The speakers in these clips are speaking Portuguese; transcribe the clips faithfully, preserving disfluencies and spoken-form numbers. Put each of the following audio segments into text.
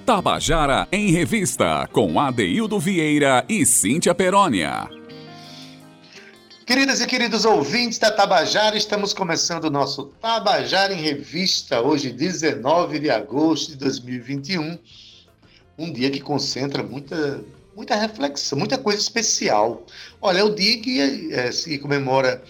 Tabajara em Revista, com Adeildo Vieira e Cíntia Perônia. Queridas e queridos ouvintes da Tabajara, estamos começando o nosso Tabajara em Revista, hoje dezenove de agosto de dois mil e vinte e um, um dia que concentra muita, muita reflexão, muita coisa especial. Olha, é o dia que é, se comemora,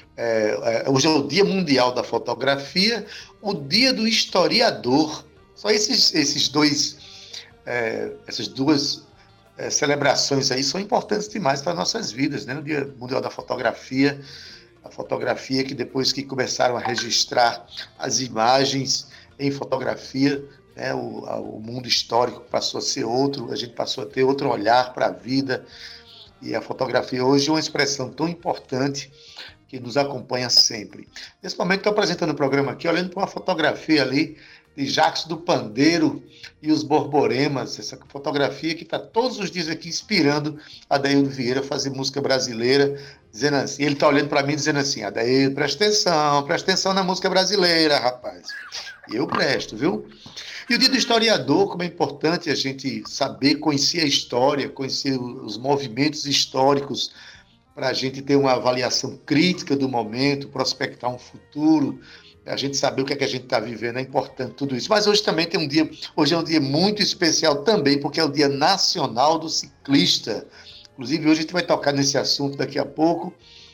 é, é, hoje é o Dia Mundial da Fotografia, o Dia do Historiador. Só esses, esses dois, é, essas duas é, celebrações aí são importantes demais para nossas vidas, né? O Dia Mundial da Fotografia, a fotografia que depois que começaram a registrar as imagens em fotografia, né, o, a, o mundo histórico passou a ser outro, a gente passou a ter outro olhar para a vida, e a fotografia hoje é uma expressão tão importante que nos acompanha sempre. Nesse momento estou apresentando o programa aqui, olhando para uma fotografia ali de Jacques do Pandeiro e os Borboremas, essa fotografia que está todos os dias aqui inspirando Adeildo Vieira a fazer música brasileira, dizendo assim, ele está olhando para mim dizendo assim, Adeildo, presta atenção, presta atenção na música brasileira, rapaz. E eu presto, viu? E o Dia do Historiador, como é importante a gente saber, conhecer a história, conhecer os movimentos históricos, para a gente ter uma avaliação crítica do momento, prospectar um futuro, a gente saber o que é que a gente está vivendo, é importante tudo isso. Mas hoje também tem um dia, hoje é um dia muito especial também, porque é o Dia Nacional do Ciclista. Inclusive, hoje a gente vai tocar nesse assunto daqui a pouco,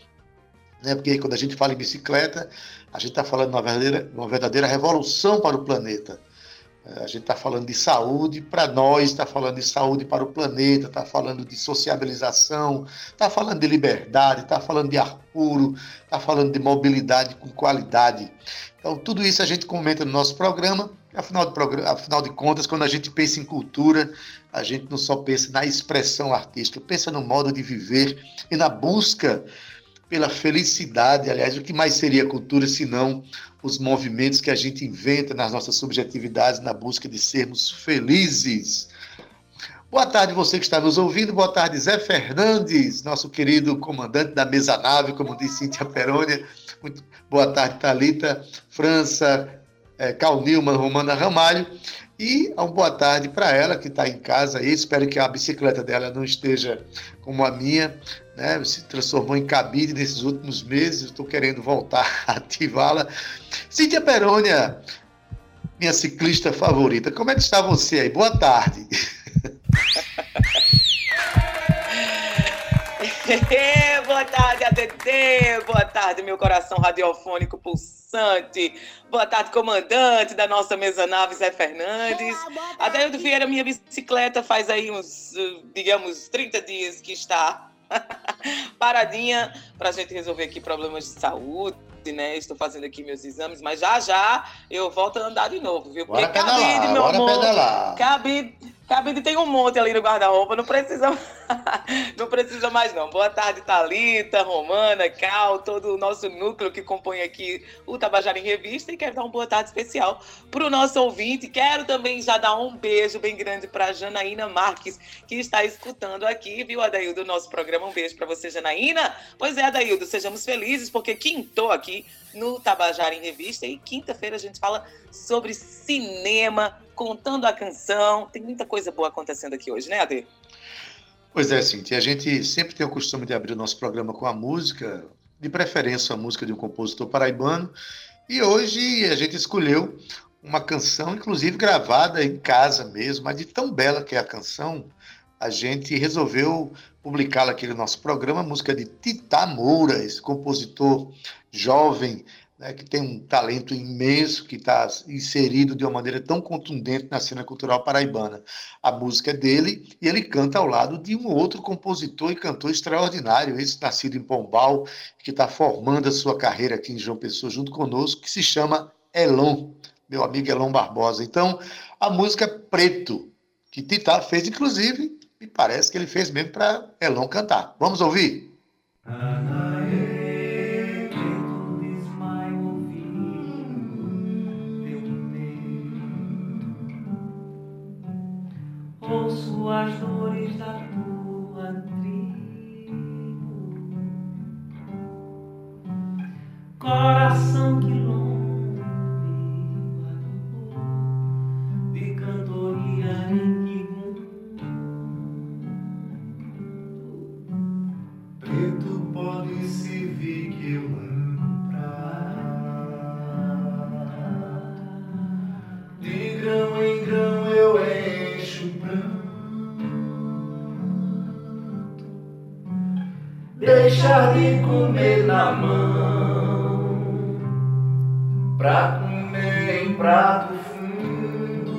né? Porque quando a gente fala em bicicleta, a gente está falando de uma verdadeira, uma verdadeira revolução para o planeta. A gente está falando de saúde para nós, está falando de saúde para o planeta, está falando de sociabilização, está falando de liberdade, está falando de ar puro, está falando de mobilidade com qualidade. Então, tudo isso a gente comenta no nosso programa. Afinal de, programa, afinal de contas, quando a gente pensa em cultura, a gente não só pensa na expressão artística, pensa no modo de viver e na busca pela felicidade. Aliás, o que mais seria cultura se não os movimentos que a gente inventa nas nossas subjetividades na busca de sermos felizes. Boa tarde, você que está nos ouvindo. Boa tarde, Zé Fernandes, nosso querido comandante da mesa nave, como disse Cíntia Perônia. Muito boa tarde, Thalita, França, é, Cal Nilman, Romana Ramalho. E uma boa tarde para ela, que está em casa aí. Espero que a bicicleta dela não esteja como a minha, né? Se transformou em cabide nesses últimos meses. Estou querendo voltar a ativá-la. Cíntia Perônia, minha ciclista favorita, como é que está você aí? Boa tarde. Boa tarde, A D D. Boa tarde, meu coração radiofônico pulsante. Boa tarde, comandante da nossa mesa nave, Zé Fernandes. Adeildo Vieira, minha bicicleta faz aí uns, digamos, trinta dias que está paradinha para a gente resolver aqui problemas de saúde, né? Estou fazendo aqui meus exames, mas já já eu volto a andar de novo, viu? Porque bora pedalar, cabide, meu bora amor, pedalar. cabide, cabide tem um monte ali no guarda-roupa, não precisa, não precisa mais não. Boa tarde, Thalita, Romana, Cal, todo o nosso núcleo que compõe aqui o Tabajara em Revista, e quero dar uma boa tarde especial para o nosso ouvinte. Quero também já dar um beijo bem grande para a Janaína Marques, que está escutando aqui, viu, Adeildo, o nosso programa. Um beijo para você, Janaína. Pois é, Adeildo, sejamos felizes, porque quintou aqui no Tabajara em Revista, e quinta-feira a gente fala sobre cinema, contando a canção. Tem muita coisa boa acontecendo aqui hoje, né, Ade? Pois é, Cíntia, a gente sempre tem o costume de abrir o nosso programa com a música, de preferência a música de um compositor paraibano, e hoje a gente escolheu uma canção, inclusive gravada em casa mesmo, mas de tão bela que é a canção, a gente resolveu publicá-la aqui no nosso programa, a música de Tita Moura, esse compositor jovem, né, que tem um talento imenso, que está inserido de uma maneira tão contundente na cena cultural paraibana. A música é dele e ele canta ao lado de um outro compositor e cantor extraordinário, esse nascido em Pombal, que está formando a sua carreira aqui em João Pessoa junto conosco, que se chama Elon, meu amigo Elon Barbosa. Então, a música Preto, que Tita fez, inclusive, me parece que ele fez mesmo para Elon cantar. Vamos ouvir? Ouço as dores da tua tribo, coração que longe de cantoria. deixar de comer na mão pra comer em prato fundo.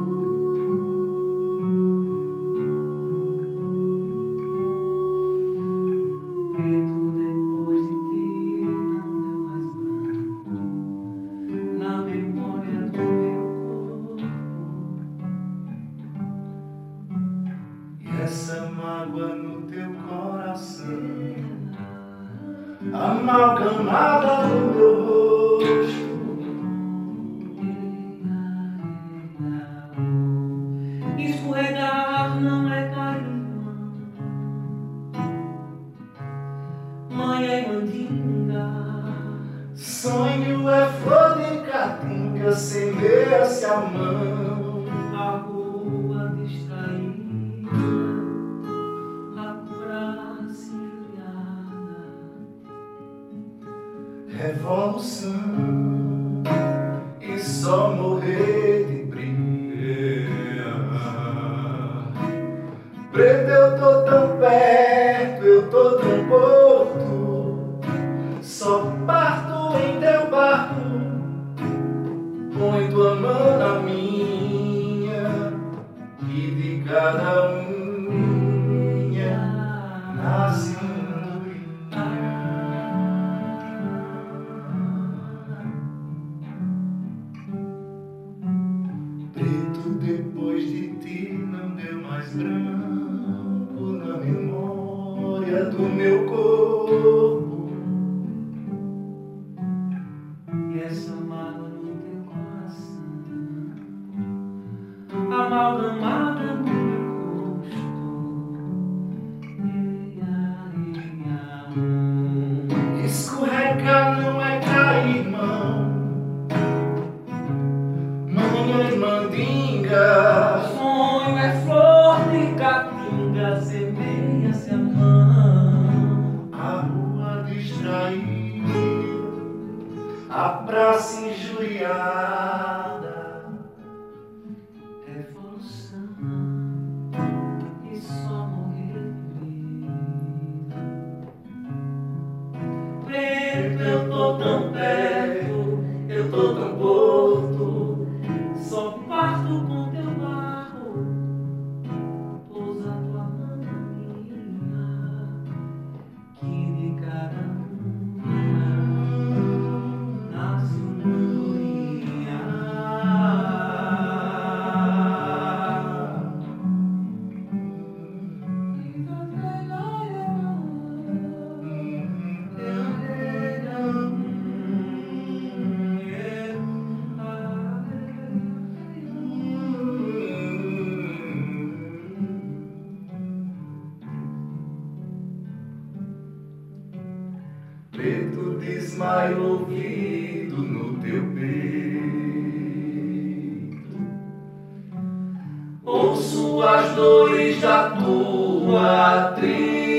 Preto, depois de ti não deu mais branco na memória do meu corpo. E essa mágoa no teu coração, amalgamada no meu rosto. Escorregar não é cair, mãe é mandinga. Sonho é flor de caatinga, semeia-se a mão. A rua distraída, a praça injuriada. Revolução e só morrer de briga. Preto, eu tô tão perto, eu tô tão morto. Só parto em teu barco, põe tua mão na minha, e de cada unha nasce um preto. Depois de ti não deu mais branco na memória do meu corpo. E essa mágoa no teu coração, amalgamada no meu rosto. Ia, ia, Escorregar não é cair, irmão. Manhã e mandinga. sonho é flor de caatinga, semeia-se a mão. A rua distraída, a praça injuriada. Revolução e só morrer de preto, eu tô tão perto, eu tô tão morto. Só parto com teu barro, pousa tua mão na minha, que de cada unha nasce uma andorinha. Preto, desmaio ouvido no teu peito. Ouço as dores da tua tribo.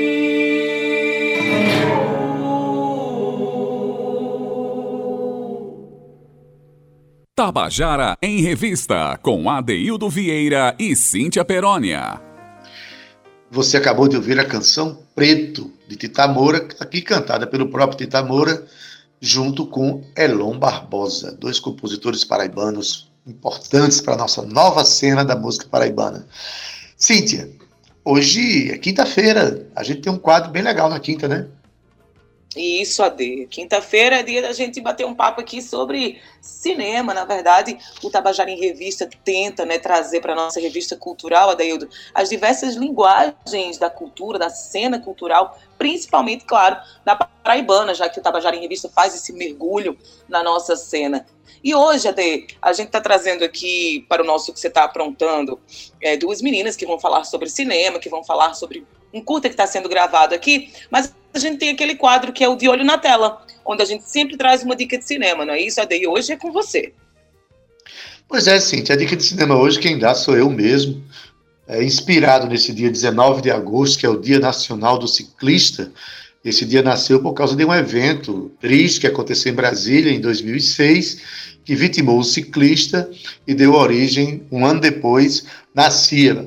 Tabajara em Revista, com Adeildo Vieira e Cíntia Perônia. Você acabou de ouvir a canção Preto, de Tita Moura, aqui cantada pelo próprio Tita Moura, junto com Elon Barbosa, dois compositores paraibanos importantes para a nossa nova cena da música paraibana. Cíntia, hoje é quinta-feira, a gente tem um quadro bem legal na quinta, né? Isso, Ade. Quinta-feira é dia da gente bater um papo aqui sobre cinema. Na verdade, o Tabajara em Revista tenta, né, trazer para a nossa revista cultural, Adeildo, as diversas linguagens da cultura, da cena cultural, principalmente, claro, da paraibana, já que o Tabajara em Revista faz esse mergulho na nossa cena. E hoje, Ade, a gente está trazendo aqui para o nosso que você está aprontando é, duas meninas que vão falar sobre cinema, que vão falar sobre um curta que está sendo gravado aqui, mas a gente tem aquele quadro que é o De Olho na Tela, onde a gente sempre traz uma dica de cinema, não é isso, Ade? E hoje é com você. Pois é, Cíntia, a dica de cinema hoje quem dá sou eu mesmo, é, inspirado nesse dia dezenove de agosto, que é o Dia Nacional do Ciclista. Esse dia nasceu por causa de um evento triste que aconteceu em Brasília em dois mil e seis, que vitimou o ciclista e deu origem, um ano depois, na C I A,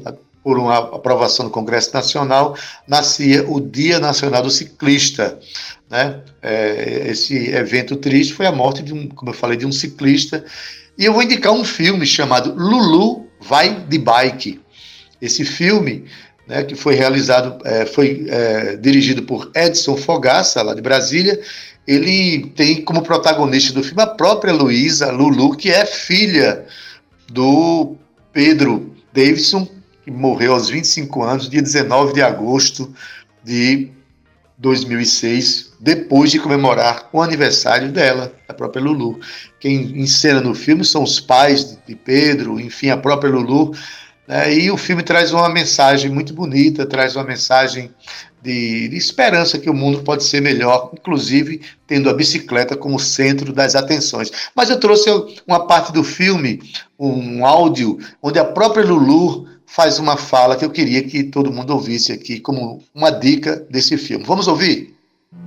por uma aprovação do Congresso Nacional, nascia o Dia Nacional do Ciclista. Né? É, esse evento triste foi a morte de um, como eu falei, de um ciclista. E eu vou indicar um filme chamado Lulu Vai de Bike. Esse filme, né, que foi realizado, é, foi é, dirigido por Edson Fogaça, lá de Brasília. Ele tem como protagonista do filme a própria Luísa Lulu, que é filha do Pedro Davidson, que morreu aos vinte e cinco anos, dia dezenove de agosto de dois mil e seis, depois de comemorar o aniversário dela, a própria Lulu. Quem encena no filme são os pais de Pedro, enfim, a própria Lulu. Né? E o filme traz uma mensagem muito bonita, traz uma mensagem de, de esperança que o mundo pode ser melhor, inclusive tendo a bicicleta como centro das atenções. Mas eu trouxe uma parte do filme, um áudio, onde a própria Lulu faz uma fala que eu queria que todo mundo ouvisse aqui como uma dica desse filme. Vamos ouvir?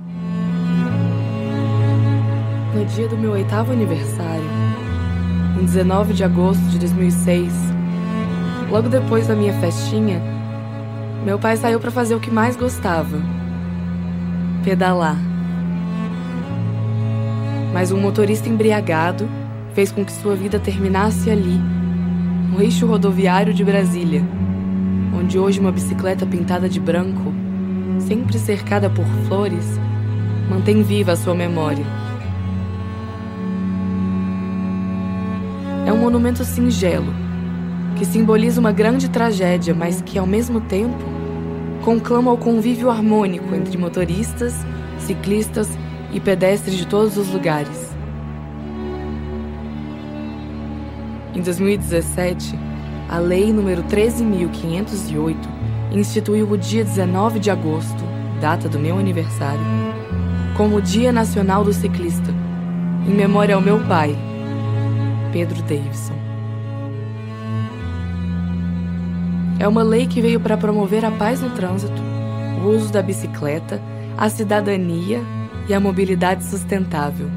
No dia do meu oitavo aniversário, em dezenove de agosto de dois mil e seis, logo depois da minha festinha, meu pai saiu para fazer o que mais gostava: pedalar. Mas um motorista embriagado fez com que sua vida terminasse ali, no eixo rodoviário de Brasília, onde hoje uma bicicleta pintada de branco, sempre cercada por flores, mantém viva a sua memória. É um monumento singelo, que simboliza uma grande tragédia, mas que, ao mesmo tempo, conclama o convívio harmônico entre motoristas, ciclistas e pedestres de todos os lugares. Em dois mil e dezessete, a Lei número treze mil quinhentos e oito instituiu o dia dezenove de agosto, data do meu aniversário, como o Dia Nacional do Ciclista, em memória ao meu pai, Pedro Davidson. É uma lei que veio para promover a paz no trânsito, o uso da bicicleta, a cidadania e a mobilidade sustentável.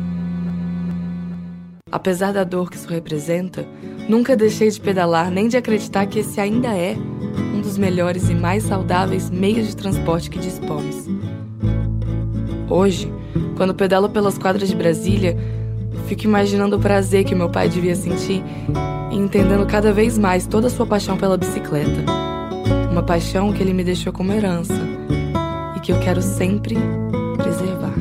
Apesar da dor que isso representa, nunca deixei de pedalar nem de acreditar que esse ainda é um dos melhores e mais saudáveis meios de transporte que dispomos. Hoje, quando pedalo pelas quadras de Brasília, fico imaginando o prazer que meu pai devia sentir e entendendo cada vez mais toda a sua paixão pela bicicleta. Uma paixão que ele me deixou como herança e que eu quero sempre preservar.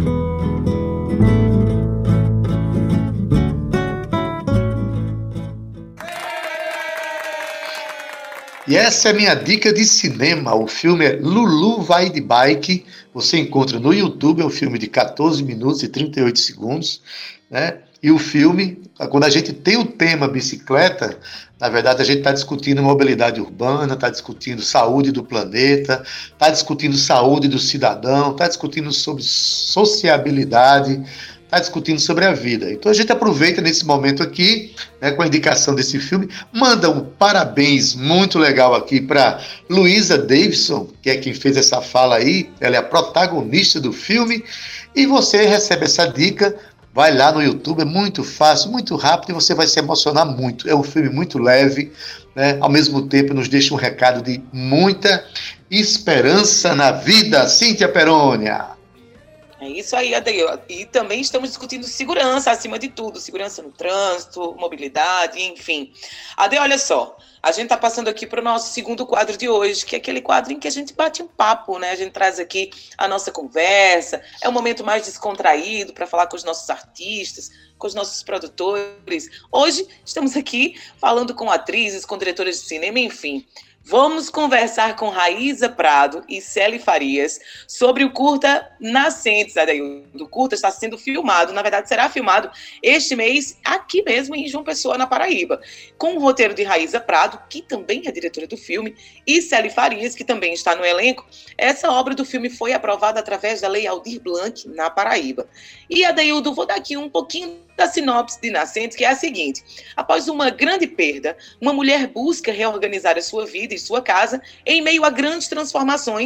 E essa é a minha dica de cinema. O filme é Lulu Vai de Bike. Você encontra no YouTube, é um filme de catorze minutos e trinta e oito segundos, né? E o filme, quando a gente tem o tema bicicleta, na verdade a gente está discutindo mobilidade urbana, está discutindo saúde do planeta, está discutindo saúde do cidadão, está discutindo sobre sociabilidade, está discutindo sobre a vida. Então a gente aproveita nesse momento aqui, né, com a indicação desse filme, manda um parabéns muito legal aqui para Luísa Davidson, que é quem fez essa fala aí, ela é a protagonista do filme, e você recebe essa dica. Vai lá no YouTube, é muito fácil, muito rápido e você vai se emocionar muito. É um filme muito leve, né? Ao mesmo tempo nos deixa um recado de muita esperança na vida. Cíntia Perônia. É isso aí, Adeil. E também estamos discutindo segurança, acima de tudo. Segurança no trânsito, mobilidade, enfim. Adeil, olha só. A gente está passando aqui para o nosso segundo quadro de hoje, que é aquele quadro em que a gente bate um papo, né? A gente traz aqui a nossa conversa. É um momento mais descontraído para falar com os nossos artistas, com os nossos produtores. Hoje estamos aqui falando com atrizes, com diretoras de cinema, enfim. Vamos conversar com Raíza Prado e Celi Farias sobre o curta Nascentes, Adeil. O curta está sendo filmado, na verdade será filmado este mês aqui mesmo em João Pessoa, na Paraíba, com o roteiro de Raíza Prado, que também é diretora do filme, e Celi Farias, que também está no elenco. Essa obra do filme foi aprovada através da Lei Aldir Blanc, na Paraíba. E, Adeildo, vou dar aqui um pouquinho da sinopse de Nascentes, que é a seguinte: após uma grande perda, uma mulher busca reorganizar a sua vida e sua casa em meio a grandes transformações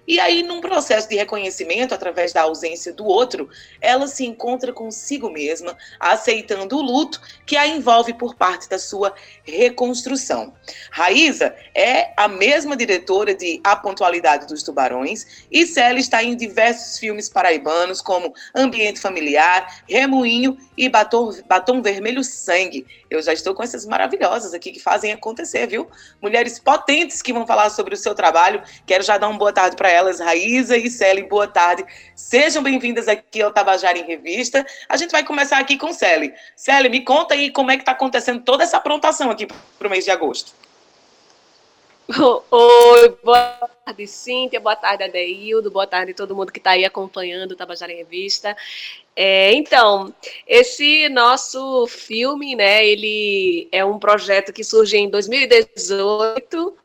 E aí, num processo de reconhecimento, através da ausência do outro, ela se encontra consigo mesma, aceitando o luto que a envolve por parte da sua reconstrução. Raíza é a mesma diretora de A Pontualidade dos Tubarões, e Célia está em diversos filmes paraibanos, como Ambiente Familiar, Remoinho e Batom, Batom Vermelho Sangue. Eu já estou com essas maravilhosas aqui que fazem acontecer, viu? Mulheres potentes que vão falar sobre o seu trabalho. Quero já dar uma boa tarde para elas, Raíza e Célia, boa tarde. Sejam bem-vindas aqui ao Tabajara em Revista. A gente vai começar aqui com Célia. Célia, me conta aí como é que está acontecendo toda essa aprontação aqui para o mês de agosto. Oi, boa tarde, Cíntia, boa tarde, Adeildo, boa tarde a todo mundo que está aí acompanhando o Tabajara em Revista. É, então, esse nosso filme, né, ele é um projeto que surgiu em dois mil e dezoito,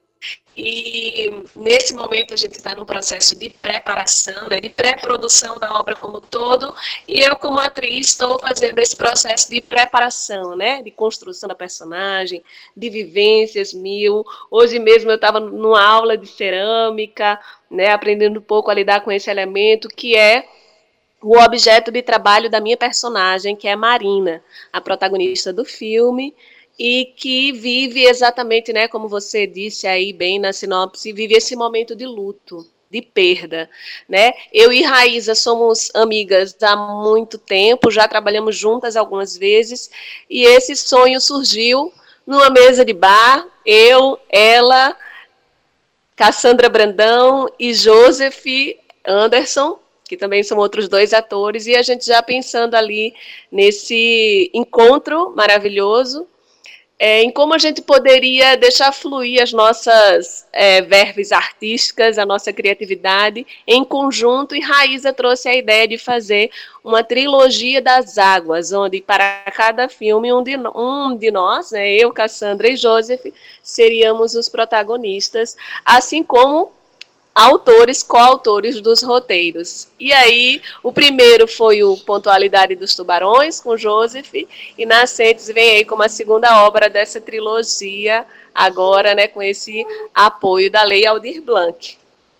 e nesse momento a gente está no processo de preparação, né, de pré-produção da obra como um todo, e eu como atriz estou fazendo esse processo de preparação, né, de construção da personagem, de vivências mil. Hoje mesmo eu estava numa aula de cerâmica, né, aprendendo um pouco a lidar com esse elemento que é o objeto de trabalho da minha personagem, que é Marina, a protagonista do filme, e que vive exatamente, né, como você disse aí bem na sinopse, vive esse momento de luto, de perda, né? Eu e Raíza somos amigas há muito tempo, já trabalhamos juntas algumas vezes, e esse sonho surgiu numa mesa de bar, eu, ela, Cassandra Brandão e Joseph Anderson, que também são outros dois atores, e a gente já pensando ali nesse encontro maravilhoso, é, em como a gente poderia deixar fluir as nossas é, verbes artísticas, a nossa criatividade em conjunto, e Raíza trouxe a ideia de fazer uma trilogia das águas, onde para cada filme um de, um de nós, né, eu, Cassandra e Joseph, seríamos os protagonistas, assim como autores, coautores dos roteiros. E aí, o primeiro foi o Pontualidade dos Tubarões, com Joseph, e Nascentes vem aí como a segunda obra dessa trilogia, agora, né, com esse apoio da Lei Aldir Blanc.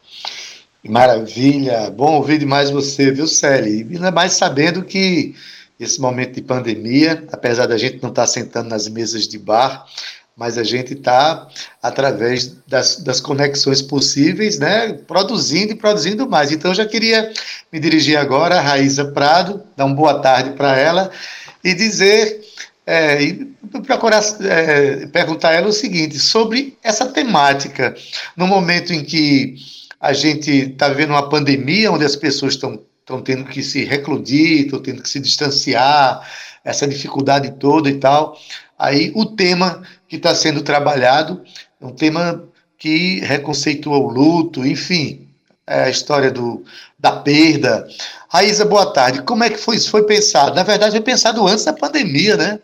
Maravilha, bom ouvir demais você, viu, Célia? E ainda mais sabendo que esse momento de pandemia, apesar da gente não estar sentando nas mesas de bar, mas a gente está, através das, das conexões possíveis, né, produzindo e produzindo mais. Então, eu já queria me dirigir agora a Raíza Prado, dar uma boa tarde para ela e dizer, é, e procurar é, perguntar a ela o seguinte, sobre essa temática, no momento em que a gente está vivendo uma pandemia, onde as pessoas estão estão tendo que se recludir, estão tendo que se distanciar, essa dificuldade toda e tal. Aí o tema que está sendo trabalhado é um tema que reconceitua o luto, enfim, é a história do, da perda. Raíza, boa tarde. Como é que foi isso? Foi pensado? Na verdade, foi pensado antes da pandemia, né?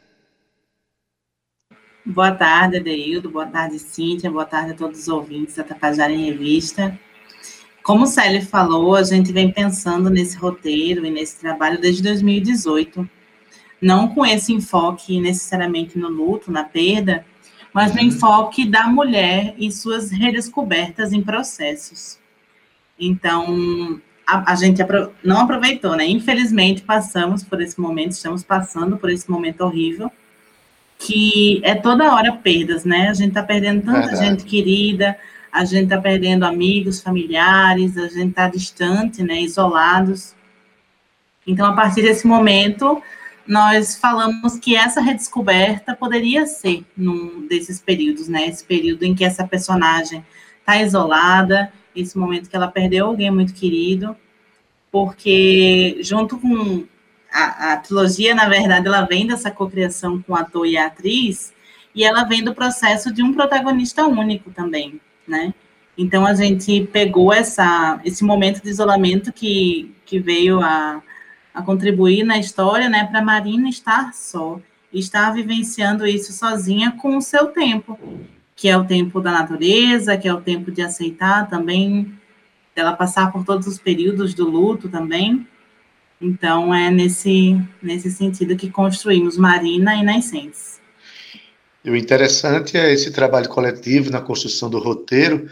Boa tarde, Adeildo. Boa tarde, Cíntia. Boa tarde a todos os ouvintes da Tabajara em Revista. Como o Célia falou, a gente vem pensando nesse roteiro e nesse trabalho desde dois mil e dezoito. Não com esse enfoque necessariamente no luto, na perda, mas no enfoque da mulher e suas redescobertas em processos. Então, a, a gente apro- não aproveitou, né? Infelizmente, passamos por esse momento, estamos passando por esse momento horrível, que é toda hora perdas, né? A gente está perdendo tanta Verdade. gente querida, a gente está perdendo amigos, familiares, a gente está distante, né? Isolados. Então, a partir desse momento, nós falamos que essa redescoberta poderia ser num desses períodos, né? Esse período em que essa personagem está isolada, esse momento que ela perdeu alguém muito querido, porque junto com a, a trilogia, na verdade, ela vem dessa cocriação com o ator e a atriz, e ela vem do processo de um protagonista único também, né? Então, a gente pegou essa, esse momento de isolamento que, que veio a a contribuir na história, né, para a Marina estar só, estar vivenciando isso sozinha com o seu tempo, que é o tempo da natureza, que é o tempo de aceitar também, dela passar por todos os períodos do luto também. Então, é nesse, nesse sentido que construímos Marina e Nascentes. E o interessante é esse trabalho coletivo na construção do roteiro,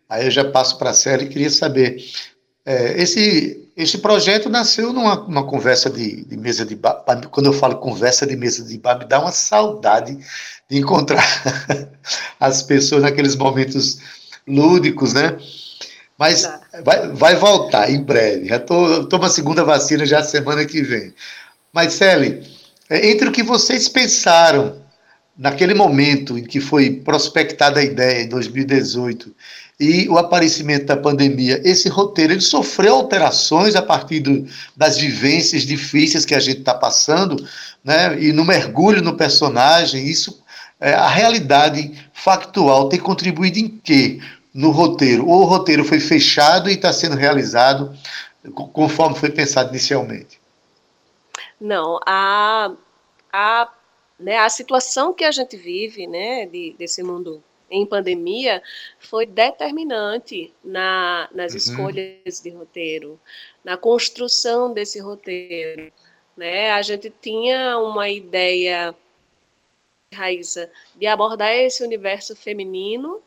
Aí eu já passo para a Célia e queria saber, é, esse, esse projeto nasceu numa, numa conversa de, de mesa de bar. Quando eu falo conversa de mesa de bar, me dá uma saudade de encontrar as pessoas naqueles momentos lúdicos, né? Mas vai, vai voltar em breve. Já tô, tomo a segunda vacina já semana que vem. Mas, Célia, entre o que vocês pensaram naquele momento em que foi prospectada a ideia, em dois mil e dezoito, e o aparecimento da pandemia, esse roteiro ele sofreu alterações a partir do, das vivências difíceis que a gente está passando, né? E no mergulho no personagem, isso, é, a realidade factual tem contribuído em quê no roteiro? Ou o roteiro foi fechado e está sendo realizado conforme foi pensado inicialmente? Não, a, a, né, a situação que a gente vive, né, de, desse mundo em pandemia foi determinante na, nas uhum. escolhas de roteiro, na construção desse roteiro, né? A gente tinha uma ideia, Raíssa, de abordar esse universo feminino,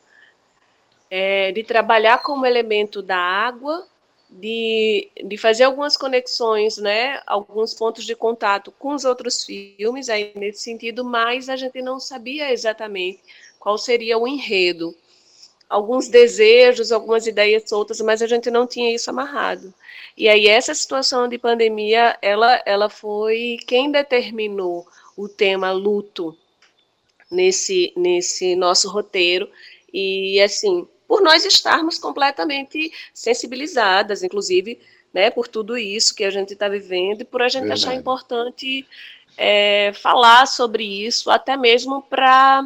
é, de trabalhar como elemento da água, de, de fazer algumas conexões, né, alguns pontos de contato com os outros filmes, aí nesse sentido, mas a gente não sabia exatamente qual seria o enredo. Alguns desejos, algumas ideias soltas, mas a gente não tinha isso amarrado. E aí essa situação de pandemia, ela, ela foi quem determinou o tema luto nesse, nesse nosso roteiro. E, assim, por nós estarmos completamente sensibilizadas, inclusive, né, por tudo isso que a gente está vivendo, e por a gente Verdade. achar importante é, falar sobre isso, até mesmo para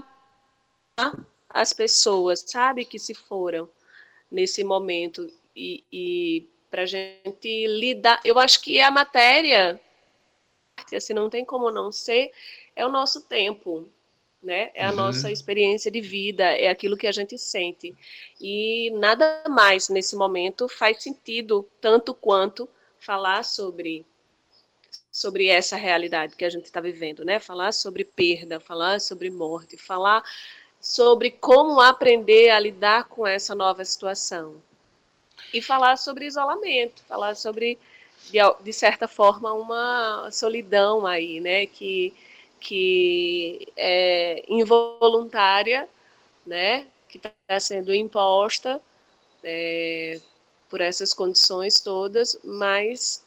as pessoas, sabe, que se foram nesse momento, e, e para a gente lidar, eu acho que a matéria, assim, não tem como não ser, é o nosso tempo, né, é a uhum. nossa experiência de vida, é aquilo que a gente sente, e nada mais nesse momento faz sentido, tanto quanto falar sobre sobre essa realidade que a gente está vivendo, né, falar sobre perda, falar sobre morte, falar sobre como aprender a lidar com essa nova situação. E falar sobre isolamento, falar sobre, de, de certa forma, uma solidão aí, né, que, que é involuntária, né, que está sendo imposta é, por essas condições todas, mas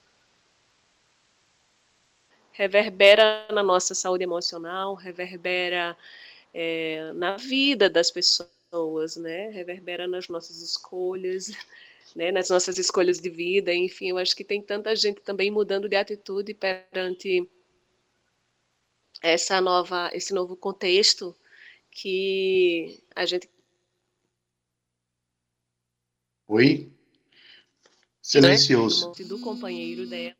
reverbera na nossa saúde emocional, reverbera É, na vida das pessoas, né? Reverbera nas nossas escolhas, né? Nas nossas escolhas de vida, enfim, eu acho que tem tanta gente também mudando de atitude perante essa nova, esse novo contexto que a gente... Oi? Silencioso. Né? Do companheiro dela.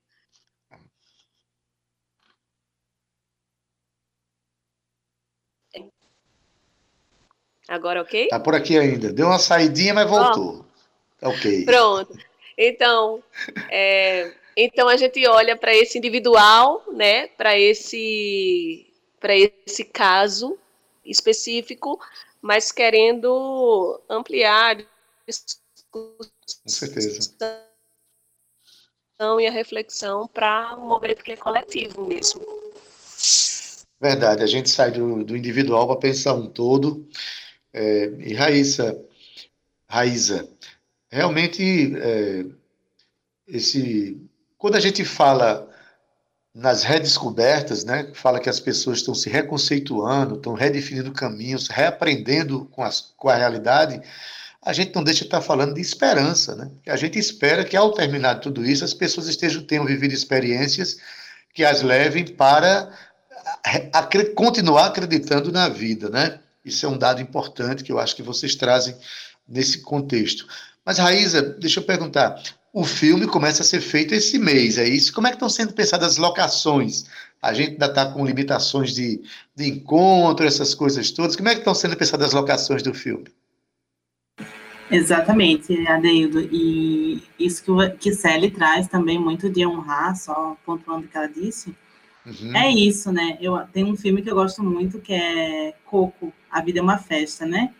Agora ok? Tá por aqui ainda. Deu uma saidinha, mas voltou. Oh. Ok. Pronto. Então, é, então a gente olha para esse individual, né? Para esse, para esse caso específico, mas querendo ampliar Com certeza. E a reflexão para um momento que é coletivo mesmo. Verdade. A gente sai do, do individual para pensar um todo. É, e Raíssa, Raíssa, realmente, é, esse, quando a gente fala nas redescobertas, né, fala que as pessoas estão se reconceituando, estão redefinindo caminhos, reaprendendo com, as, com a realidade, a gente não deixa de estar falando de esperança, né? A gente espera que, ao terminar tudo isso, as pessoas estejam, tenham vivido experiências que as levem para a, a, continuar acreditando na vida, né? Isso é um dado importante que eu acho que vocês trazem nesse contexto. Mas, Raíssa, deixa eu perguntar. O filme começa a ser feito esse mês, é isso? Como é que estão sendo pensadas as locações? A gente ainda está com limitações de, de encontro, essas coisas todas. Como é que estão sendo pensadas as locações do filme? Exatamente, Adeildo. E isso que, o, que Célia traz também muito de honrar, só pontuando o que ela disse, uhum. É isso, né? Eu, tem um filme que eu gosto muito, que é Coco, A Vida é uma Festa, né? Que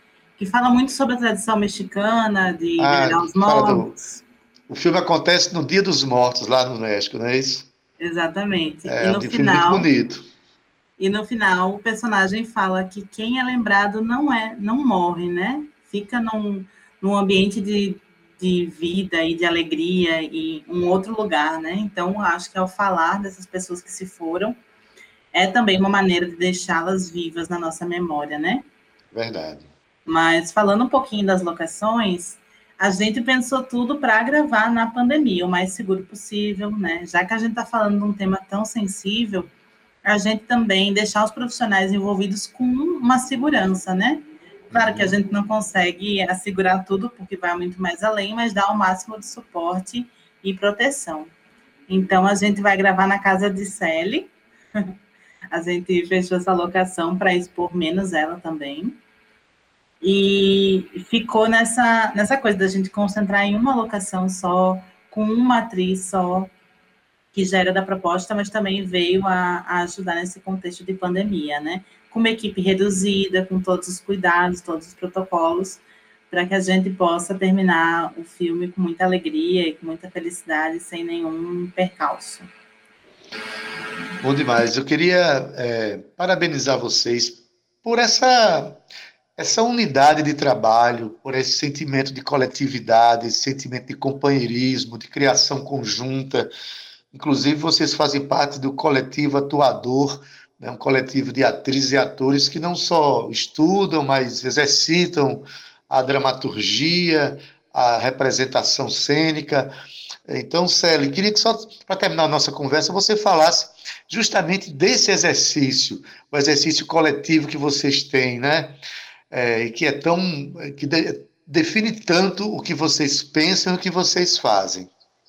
que fala muito sobre a tradição mexicana de Ah, venerar os fala do. mortos. O filme acontece no Dia dos Mortos, lá no México, não é isso? Exatamente. E É um no filme muito final, bonito. e no final o personagem fala que quem é lembrado não é, não morre, né? Fica num, num ambiente de, de vida e de alegria e um outro lugar, né? Então, acho que ao falar dessas pessoas que se foram, é também uma maneira de deixá-las vivas na nossa memória, né? Verdade. Mas falando um pouquinho das locações, a gente pensou tudo para gravar na pandemia, o mais seguro possível, né? Já que a gente está falando de um tema tão sensível, a gente também deixar os profissionais envolvidos com uma segurança, né? Claro que a gente não consegue assegurar tudo, porque vai muito mais além, mas dá o máximo de suporte e proteção. Então, a gente vai gravar na casa de Celi. A gente fechou essa locação para expor menos ela também. E ficou nessa, nessa coisa da gente concentrar em uma locação só, com uma atriz só, que já era da proposta, mas também veio a, a ajudar nesse contexto de pandemia, né? Com uma equipe reduzida, com todos os cuidados, todos os protocolos, para que a gente possa terminar o filme com muita alegria e com muita felicidade, sem nenhum percalço. Bom demais. Eu queria é, parabenizar vocês por essa, essa unidade de trabalho, por esse sentimento de coletividade, esse sentimento de companheirismo, de criação conjunta. Inclusive, vocês fazem parte do coletivo atuador, né, um coletivo de atrizes e atores que não só estudam, mas exercitam a dramaturgia, a representação cênica. Então, Célia, queria que só para terminar a nossa conversa, você falasse justamente desse exercício, o exercício coletivo que vocês têm, né? É, e que é tão, que de, define tanto o que vocês pensam e o que vocês fazem.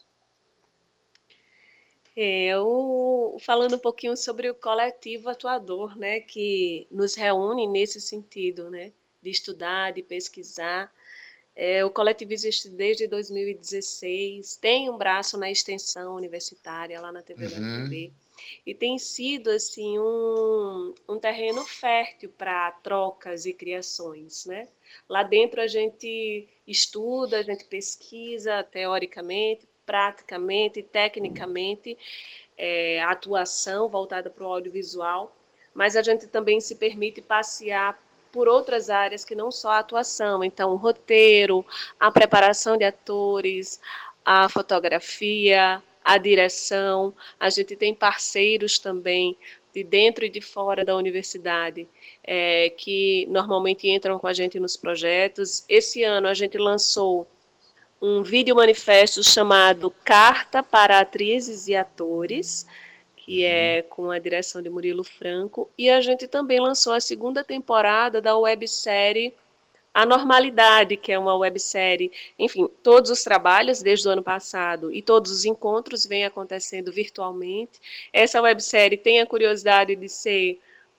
É, eu falando um pouquinho sobre o coletivo atuador, né, que nos reúne nesse sentido, né, de estudar, de pesquisar. É, o coletivo existe desde dois mil e dezesseis, tem um braço na extensão universitária lá na T V da U F B, e tem sido assim um, um terreno fértil para trocas e criações, né? Lá dentro a gente estuda, a gente pesquisa teoricamente, praticamente, tecnicamente, é, a atuação voltada para o audiovisual, mas a gente também se permite passear por outras áreas que não só a atuação, então o roteiro, a preparação de atores, a fotografia, a direção. A gente tem parceiros também de dentro e de fora da universidade é, que normalmente entram com a gente nos projetos. Esse ano a gente lançou um vídeo manifesto chamado Carta para Atrizes e Atores, que é com a direção de Murilo Franco, e a gente também lançou a segunda temporada da websérie A Normalidade, que é uma websérie, enfim, todos os trabalhos desde o ano passado e todos os encontros vêm acontecendo virtualmente. Essa websérie tem a curiosidade de ser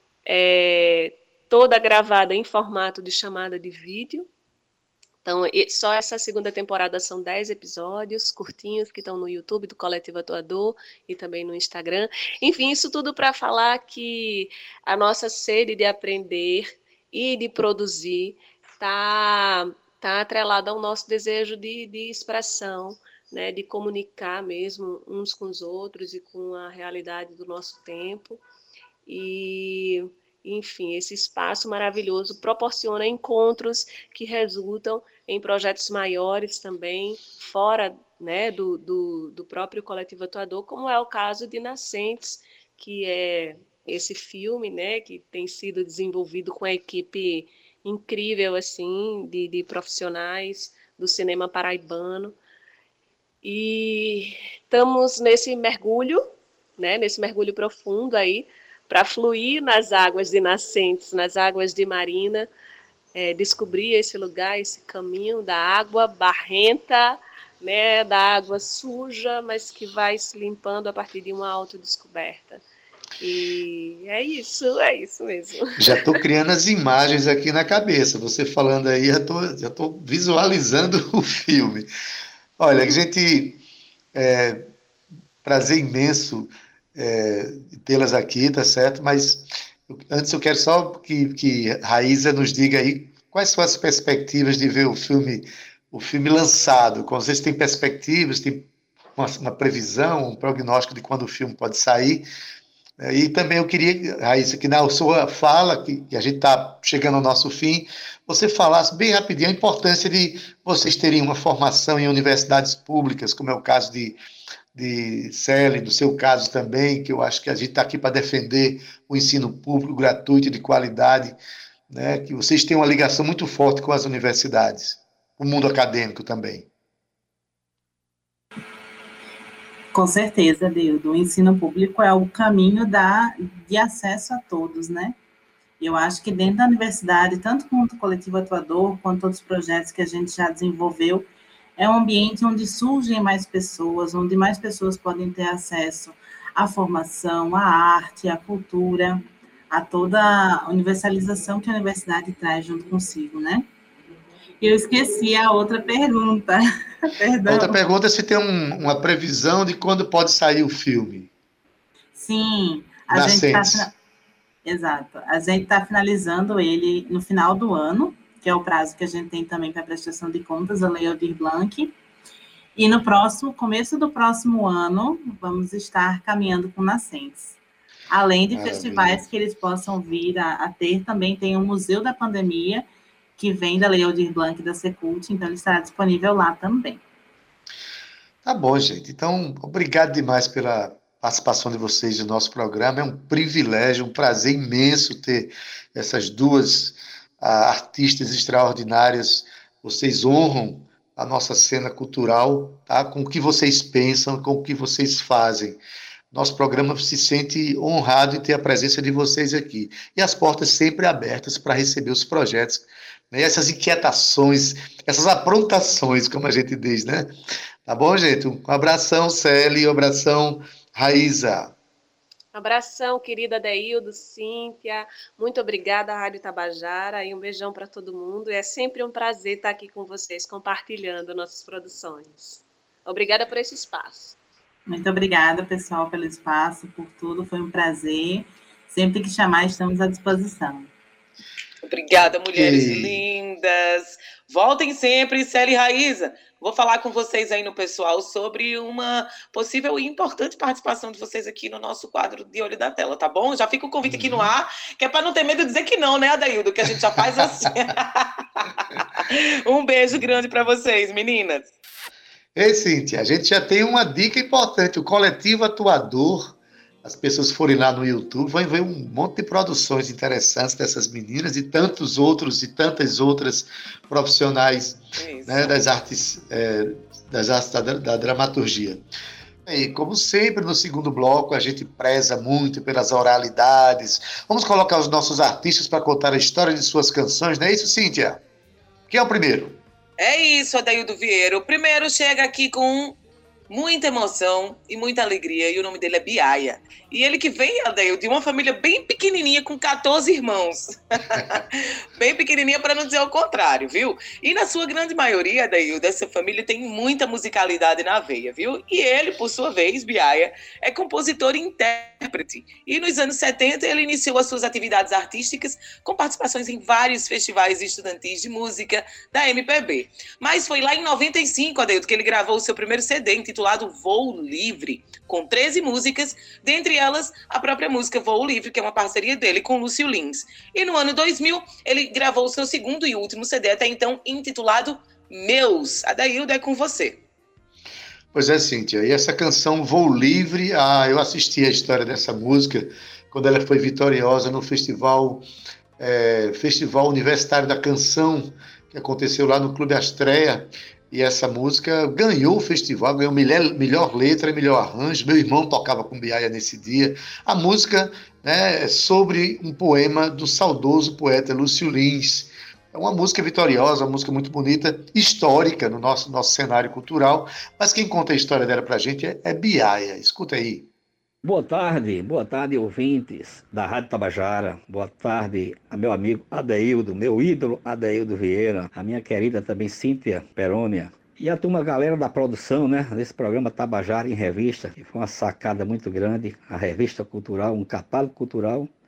é, toda gravada em formato de chamada de vídeo. Então, só essa segunda temporada são dez episódios curtinhos que estão no YouTube do Coletivo Atuador e também no Instagram. Enfim, isso tudo para falar que a nossa sede de aprender e de produzir está tá atrelada ao nosso desejo de, de expressão, né, de comunicar mesmo uns com os outros e com a realidade do nosso tempo. E, enfim, esse espaço maravilhoso proporciona encontros que resultam em projetos maiores também, fora, né, do, do, do próprio Coletivo Atuador, como é o caso de Nascentes, que é esse filme, né, que tem sido desenvolvido com a equipe incrível assim, de, de profissionais do cinema paraibano. E estamos nesse mergulho, né, nesse mergulho profundo aí, para fluir nas águas de Nascentes, nas águas de Marina, é, descobrir esse lugar, esse caminho da água barrenta, né, da água suja, mas que vai se limpando a partir de uma autodescoberta. E é isso, é isso mesmo. Já estou criando as imagens aqui na cabeça. Você falando aí, já estou já tô visualizando o filme. Olha, a gente... É, prazer imenso é, tê-las aqui, tá certo? Mas antes eu quero só que, que Raíza nos diga aí quais são as perspectivas de ver o filme, o filme lançado? Vocês têm perspectivas, tem uma, uma previsão, um prognóstico de quando o filme pode sair? E também eu queria, Raíssa, que na sua fala, que, que a gente está chegando ao nosso fim, você falasse bem rapidinho a importância de vocês terem uma formação em universidades públicas, como é o caso de, de Célia, no seu caso também, que eu acho que a gente está aqui para defender o ensino público gratuito e de qualidade, né, que vocês têm uma ligação muito forte com as universidades, o mundo acadêmico também. Com certeza, Deildo. O ensino público é o caminho da, de acesso a todos, né? Eu acho que dentro da universidade, tanto quanto o coletivo atuador, quanto outros projetos que a gente já desenvolveu, é um ambiente onde surgem mais pessoas, onde mais pessoas podem ter acesso à formação, à arte, à cultura, a toda a universalização que a universidade traz junto consigo, né? Eu esqueci a outra pergunta. Perdão. A outra pergunta é se tem um, uma previsão de quando pode sair o filme. Sim, a gente está... Exato. A gente está finalizando ele no final do ano, que é o prazo que a gente tem também para a prestação de contas, a Lei Aldir Blanc. E no próximo, começo do próximo ano, vamos estar caminhando com nascentes. Além de Maravilha. Festivais que eles possam vir a, a ter, também tem o Museu da Pandemia, que vem da Lei Aldir Blanc da Secult, então ele estará disponível lá também. Tá bom, gente. Então, obrigado demais pela participação de vocês no nosso programa. É um privilégio, um prazer imenso ter essas duas uh, artistas extraordinárias. Vocês honram a nossa cena cultural, tá? Com o que vocês pensam, com o que vocês fazem. Nosso programa se sente honrado em ter a presença de vocês aqui. E as portas sempre abertas para receber os projetos, né? Essas inquietações, essas aprontações, como a gente diz, né? Tá bom, gente? Um abração, Célia, um abração, Raíssa. Um abração, querida Deildo, Cíntia. Muito obrigada à Rádio Tabajara e um beijão para todo mundo. É sempre um prazer estar aqui com vocês, compartilhando nossas produções. Obrigada por esse espaço. Muito obrigada, pessoal, pelo espaço, por tudo. Foi um prazer. Sempre que chamar, estamos à disposição. Obrigada, mulheres e... lindas. Voltem sempre, Célia e Raíssa. Vou falar com vocês aí no pessoal sobre uma possível e importante participação de vocês aqui no nosso quadro de Olho da Tela, tá bom? Já fica o convite aqui no ar, que é para não ter medo de dizer que não, né, Adaildo? Que a gente já faz assim. Um beijo grande para vocês, meninas. Ei, Cíntia, a gente já tem uma dica importante. O Coletivo Atuador, as pessoas forem lá no YouTube, vão ver um monte de produções interessantes dessas meninas e tantos outros e tantas outras profissionais, né, das artes, é, das artes da, da dramaturgia. E, como sempre, no segundo bloco, a gente preza muito pelas oralidades. Vamos colocar os nossos artistas para contar a história de suas canções, não é isso, Cíntia? Quem é o primeiro? É isso, Adaildo Vieira. O primeiro chega aqui com muita emoção e muita alegria, e o nome dele é Biaia. E ele que vem, Adaildo, de uma família bem pequenininha, com quatorze irmãos. Bem pequenininha, para não dizer o contrário, viu? E na sua grande maioria, Adaildo, dessa família tem muita musicalidade na veia, viu? E ele, por sua vez, Biaia, é compositor e intérprete. E nos anos setenta, ele iniciou as suas atividades artísticas com participações em vários festivais estudantis de música da M P B. Mas foi lá em noventa e cinco, Adaildo, que ele gravou o seu primeiro C D, intitulado Voo Livre, com treze músicas, dentre elas a própria música Voo Livre, que é uma parceria dele com Lúcio Lins. E no ano dois mil, ele gravou o seu segundo e último C D, até então intitulado Meus. Adaildo, é com você. Pois é, Cíntia, e essa canção Voo Livre, ah, eu assisti a história dessa música quando ela foi vitoriosa no festival, é, Festival Universitário da Canção, que aconteceu lá no Clube Astreia. E essa música ganhou o festival, ganhou melhor, melhor letra e melhor arranjo. Meu irmão tocava com Biaia nesse dia. A música, né, é sobre um poema do saudoso poeta Lúcio Lins. É uma música vitoriosa, uma música muito bonita, histórica no nosso, nosso cenário cultural. Mas quem conta a história dela pra gente é, é Biaia. Escuta aí. Boa tarde, boa tarde, ouvintes da Rádio Tabajara. Boa tarde a meu amigo Adaildo, meu ídolo Adaildo Vieira, a minha querida também Cíntia Perônia. E a turma, galera da produção, né, desse programa Tabajara em Revista, que foi uma sacada muito grande, a revista cultural, um catálogo cultural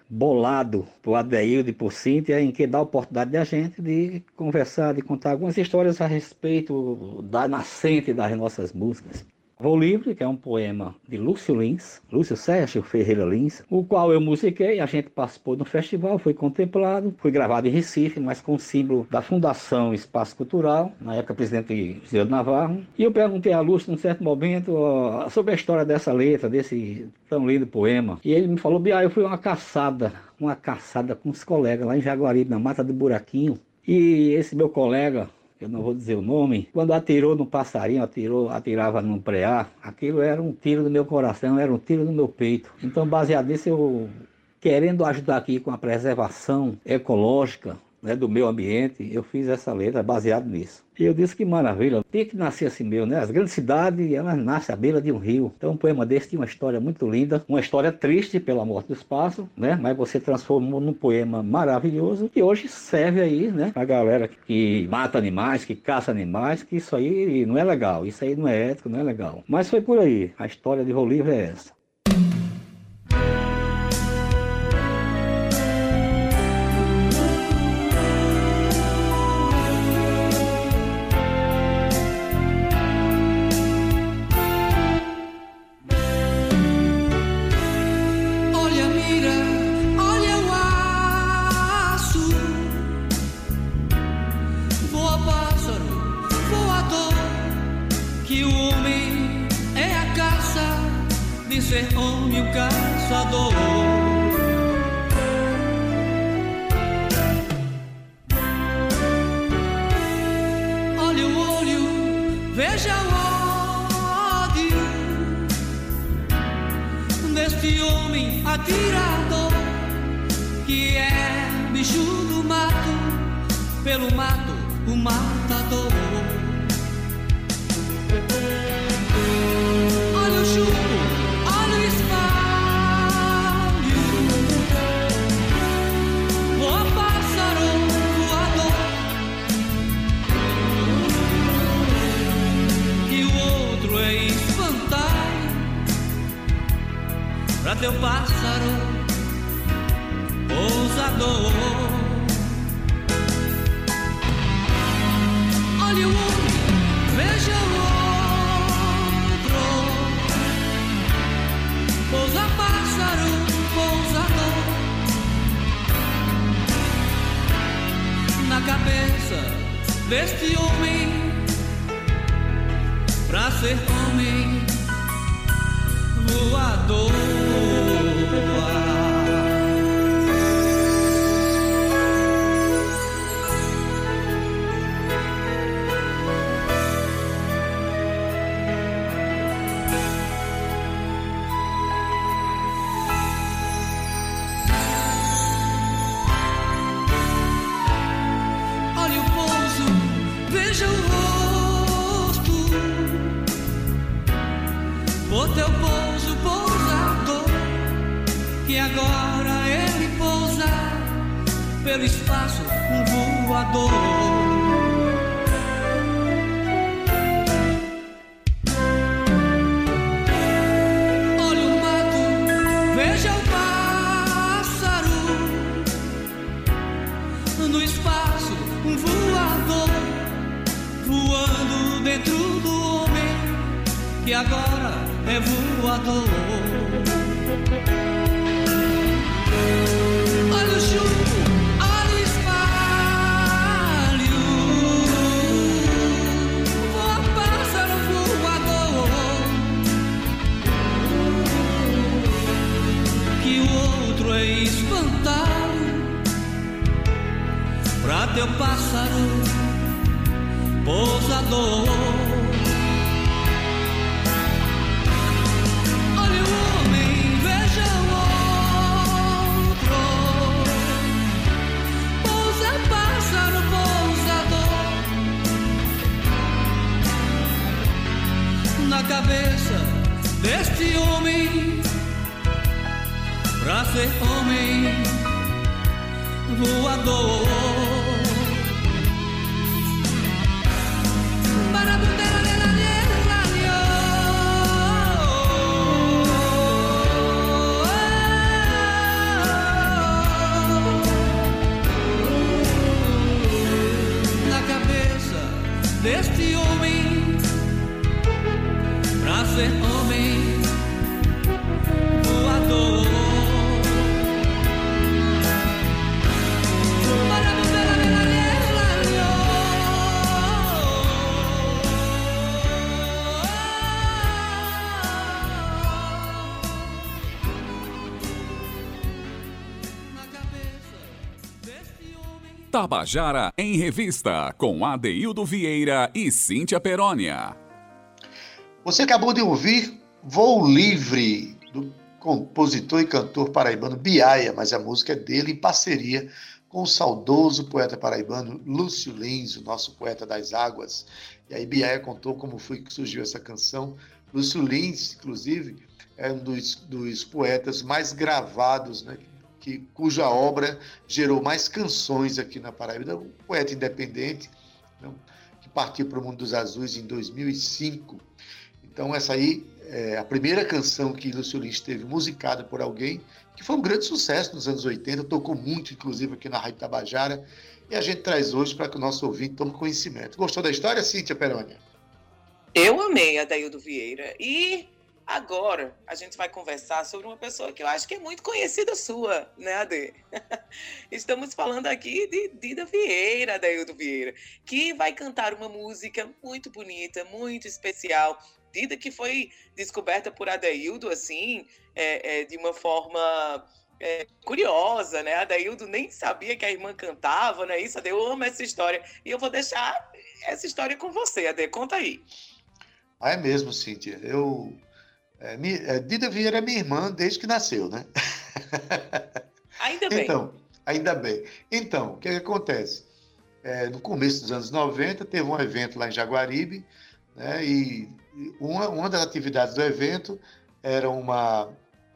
bolado por Adeildo e por Cíntia, em que dá a oportunidade de a gente de conversar, de contar algumas histórias a respeito da nascente das nossas músicas. Voo Livre, que é um poema de Lúcio Lins, Lúcio Sérgio Ferreira Lins, o qual eu musiquei, a gente participou no festival, foi contemplado, foi gravado em Recife, mas com o símbolo da Fundação Espaço Cultural, na época presidente Zé Navarro, e eu perguntei a Lúcio, num certo momento, ó, sobre a história dessa letra, desse tão lindo poema, e ele me falou, Biá, eu fui uma caçada, uma caçada com os colegas lá em Jaguaribe, na Mata do Buraquinho, e esse meu colega, eu não vou dizer o nome, quando atirou no passarinho, atirou, atirava num preá, aquilo era um tiro no meu coração, era um tiro no meu peito. Então, baseado nisso, eu, querendo ajudar aqui com a preservação ecológica, né, do meio ambiente, eu fiz essa letra baseado nisso. E eu disse que maravilha, tem que nascer assim mesmo, né? As grandes cidades, elas nascem à beira de um rio. Então um poema desse tinha uma história muito linda, uma história triste pela morte do espaço, né? Mas você transformou num poema maravilhoso e hoje serve aí, né? Pra galera que mata animais, que caça animais, que isso aí não é legal, isso aí não é ético, não é legal. Mas foi por aí, a história de Voo Livre é essa. Ser homem o caçador. Olha o olho, veja o ódio deste homem atirador, que é bicho do mato, pelo mato o matador. Olha o chumbo, pra teu pássaro pousador. Olha o um, veja o outro, pousa pássaro pousador. Na cabeça deste homem, pra ser homem voador. Olha o pouso, veja o rosto, por teu pouso pousador, que agora ele pousa pelo espaço um voador. Olha o mato, veja o pássaro, no espaço um voador, voando dentro do homem, que agora é voador. Olha o chumbo, olha o espalho, voa pássaro voador, que o outro é espantado, pra teu pássaro pousador. Na cabeça deste homem, pra ser homem voador. ser homem voador. Tabajara em Revista, com Adeildo Vieira e Cíntia Perônia. Você acabou de ouvir Voo Livre, do compositor e cantor paraibano Biaia, mas a música é dele em parceria com o saudoso poeta paraibano Lúcio Lins, o nosso poeta das águas. E aí Biaia contou como foi que surgiu essa canção. Lúcio Lins, inclusive, é um dos, dos poetas mais gravados, né? Que, cuja obra gerou mais canções aqui na Paraíba. Um poeta independente, né, que partiu para o mundo dos azuis em dois mil e cinco. Então essa aí é a primeira canção que Lúcio Lins teve musicada por alguém, que foi um grande sucesso nos anos oitenta, tocou muito, inclusive, aqui na Rádio Tabajara, e a gente traz hoje para que o nosso ouvinte tome conhecimento. Gostou da história, Cíntia Perônia? Eu amei, Adeildo Vieira. E agora a gente vai conversar sobre uma pessoa que eu acho que é muito conhecida sua, né, Ade? Estamos falando aqui de Dida Vieira, Adeildo Vieira, que vai cantar uma música muito bonita, muito especial. Dida que foi descoberta por Adeildo, assim, é, é, de uma forma é, curiosa, né? Adeildo nem sabia que a irmã cantava, né? Isso, Ade, eu amo essa história. E eu vou deixar essa história com você, Ade, conta aí. Ah, é mesmo, Cíntia. Eu... É, é, Dida Vieira é minha irmã desde que nasceu, né? Ainda bem. Então, ainda bem. Então, o que, que acontece? É, no começo dos anos noventa, teve um evento lá em Jaguaribe, né? E uma, uma das atividades do evento era uma,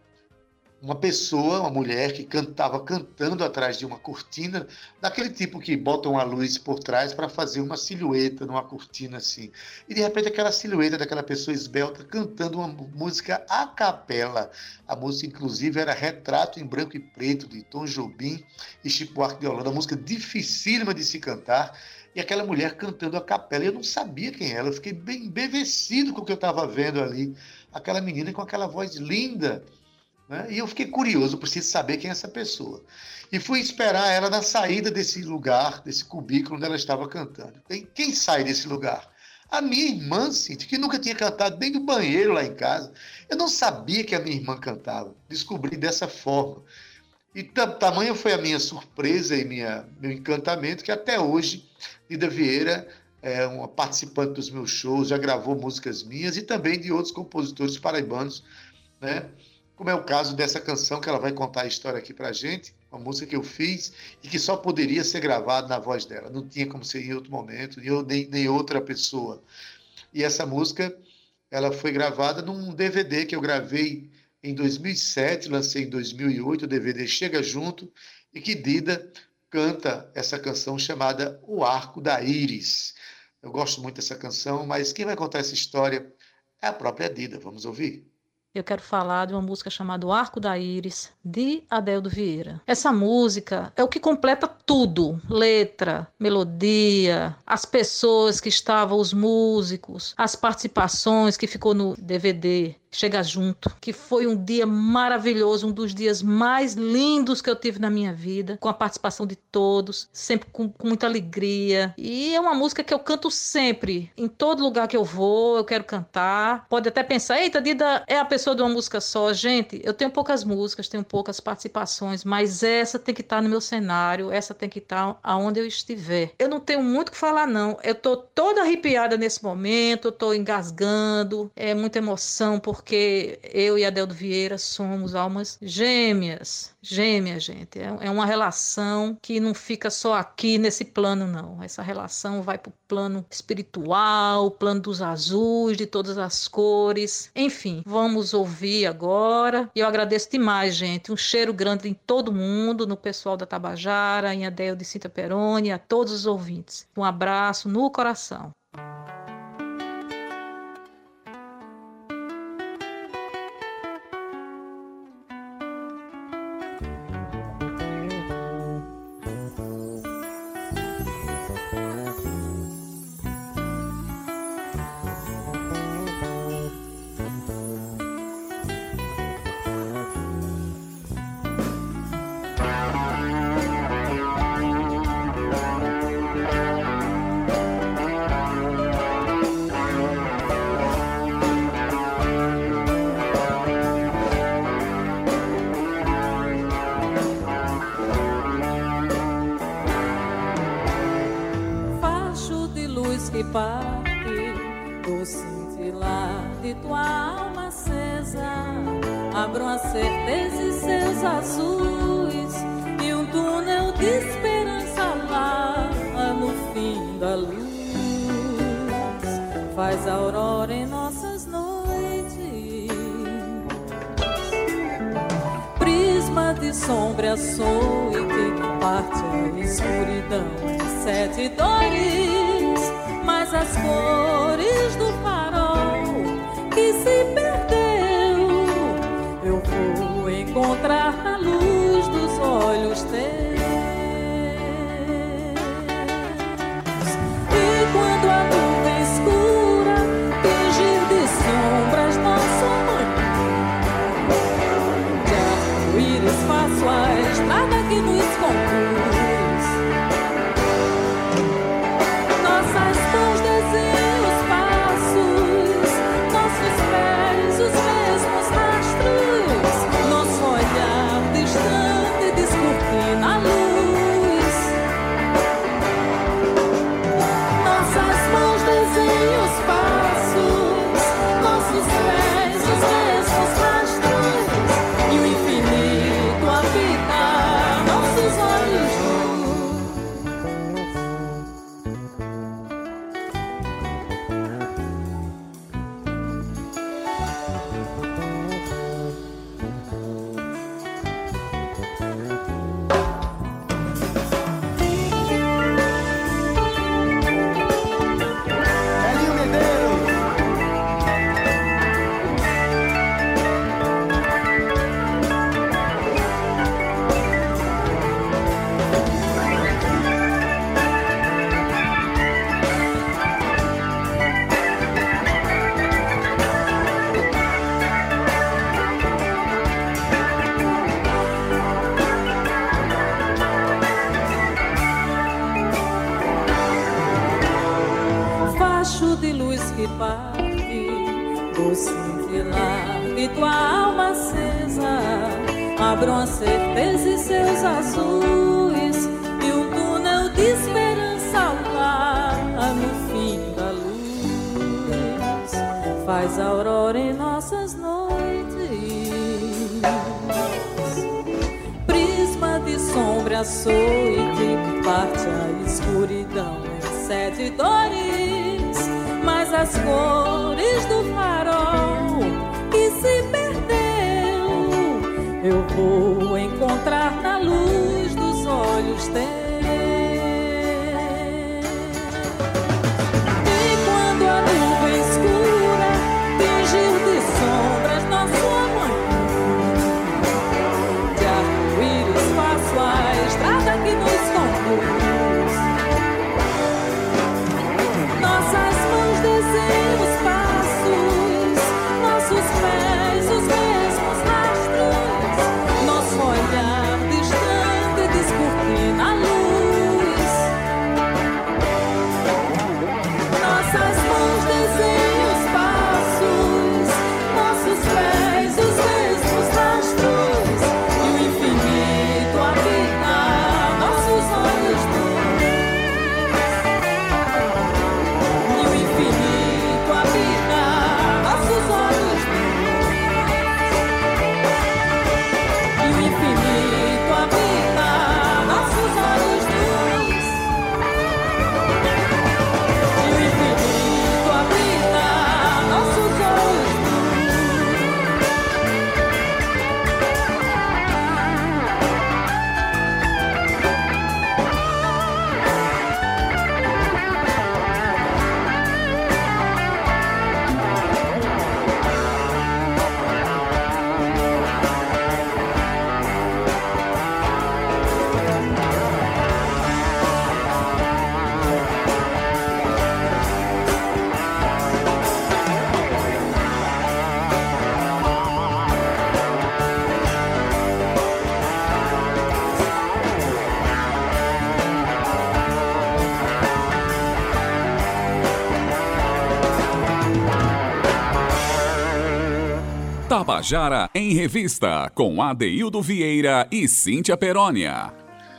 uma pessoa, uma mulher que estava cantando atrás de uma cortina, daquele tipo que botam a luz por trás para fazer uma silhueta numa cortina assim. E de repente aquela silhueta daquela pessoa esbelta cantando uma música a capela. A música, inclusive, era Retrato em Branco e Preto, de Tom Jobim e Chico Buarque de Holanda. Uma música dificílima de se cantar. E aquela mulher cantando a capela. Eu não sabia quem era. Eu fiquei bem embevecido com o que eu estava vendo ali. Aquela menina com aquela voz linda. Né? E eu fiquei curioso, preciso saber quem é essa pessoa. E fui esperar ela na saída desse lugar, desse cubículo onde ela estava cantando. E quem sai desse lugar? A minha irmã, Cíntia, que nunca tinha cantado nem no banheiro lá em casa. Eu não sabia que a minha irmã cantava. Descobri dessa forma. E tamanho foi a minha surpresa e minha, meu encantamento que até hoje Dida Vieira é uma participante dos meus shows, já gravou músicas minhas e também de outros compositores paraibanos, né? Como é o caso dessa canção que ela vai contar a história aqui pra gente, uma música que eu fiz e que só poderia ser gravada na voz dela, não tinha como ser em outro momento, nem, nem outra pessoa. E essa música, ela foi gravada num D V D que eu gravei em dois mil e sete, lancei em dois mil e oito, o D V D Chega Junto, e que Dida canta essa canção chamada O Arco da Íris. Eu gosto muito dessa canção, mas quem vai contar essa história é a própria Dida, vamos ouvir? Eu quero falar de uma música chamada O Arco da Íris, de Adeildo Vieira. Essa música é o que completa tudo. Letra, melodia, as pessoas que estavam, os músicos, as participações que ficou no D V D Chega Junto, que foi um dia maravilhoso, um dos dias mais lindos que eu tive na minha vida, com a participação de todos, sempre com, com muita alegria. E é uma música que eu canto sempre, em todo lugar que eu vou, eu quero cantar. Pode até pensar, eita, Dida é a pessoa de uma música só. Gente, eu tenho poucas músicas, tenho poucas participações, mas essa tem que estar no meu cenário, essa tem que estar aonde eu estiver. Eu não tenho muito o que falar, não. Eu tô toda arrepiada nesse momento, eu tô engasgando, é muita emoção, porque porque eu e Adeildo Vieira somos almas gêmeas, gêmeas, gente. É, é uma relação que não fica só aqui nesse plano, não. Essa relação vai para o plano espiritual, o plano dos azuis, de todas as cores. Enfim, vamos ouvir agora. E eu agradeço demais, gente. Um cheiro grande em todo mundo, no pessoal da Tabajara, em Adeildo e Cíntia Perônia, a todos os ouvintes. Um abraço no coração. que parte do cintilar de tua alma acesa, abram a certeza e seus azuis e um túnel de esperança lá no fim da luz. Faz a aurora em nossas noites, prisma de sombra açoite, parte a escuridão em sete dores, mas as cores do farol que se perdeu eu vou encontrar na luz dos olhos teus. E quando a nuvem escura tingir de sombras nosso amanhã, de arco-íris faço a estrada que nos conduz, nossas mãos desenham os passos, nossos pés os mesmos rastros, nosso olhar distante descortina a luz, nossas mãos desenham os passos, nossos pés os mesmos rastros, e o infinito habita nossos olhos nus. Elinho Medeiros. Facho de luz que parte do cintilar de tua alma acesa, abram a certeza e seus azuis e um túnel de esperança lá no fim da luz. Faz a aurora em nossas noites, prisma de sombra açoite, parte a escuridão em sete dores, mas as cores do farol que se perdeu eu vou encontrar na luz dos olhos teus. E quando a nuvem escura tingir de sombras nosso amanhã, de arco-íris faço a estrada que nos conduz, nossas mãos desenham os passos, nossos pés os mesmos rastros, nosso olhar distante descortina a luz, nossas mãos desenham os passos, nossos pés os mesmos rastros, e o infinito habita nossos olhos nus, e o infinito habita nossos olhos nus, e o infinito habita nossos olhos nus, e o infinito habita nossos olhos nus. Tabajara em Revista, com Adeildo Vieira e Cíntia Perônia.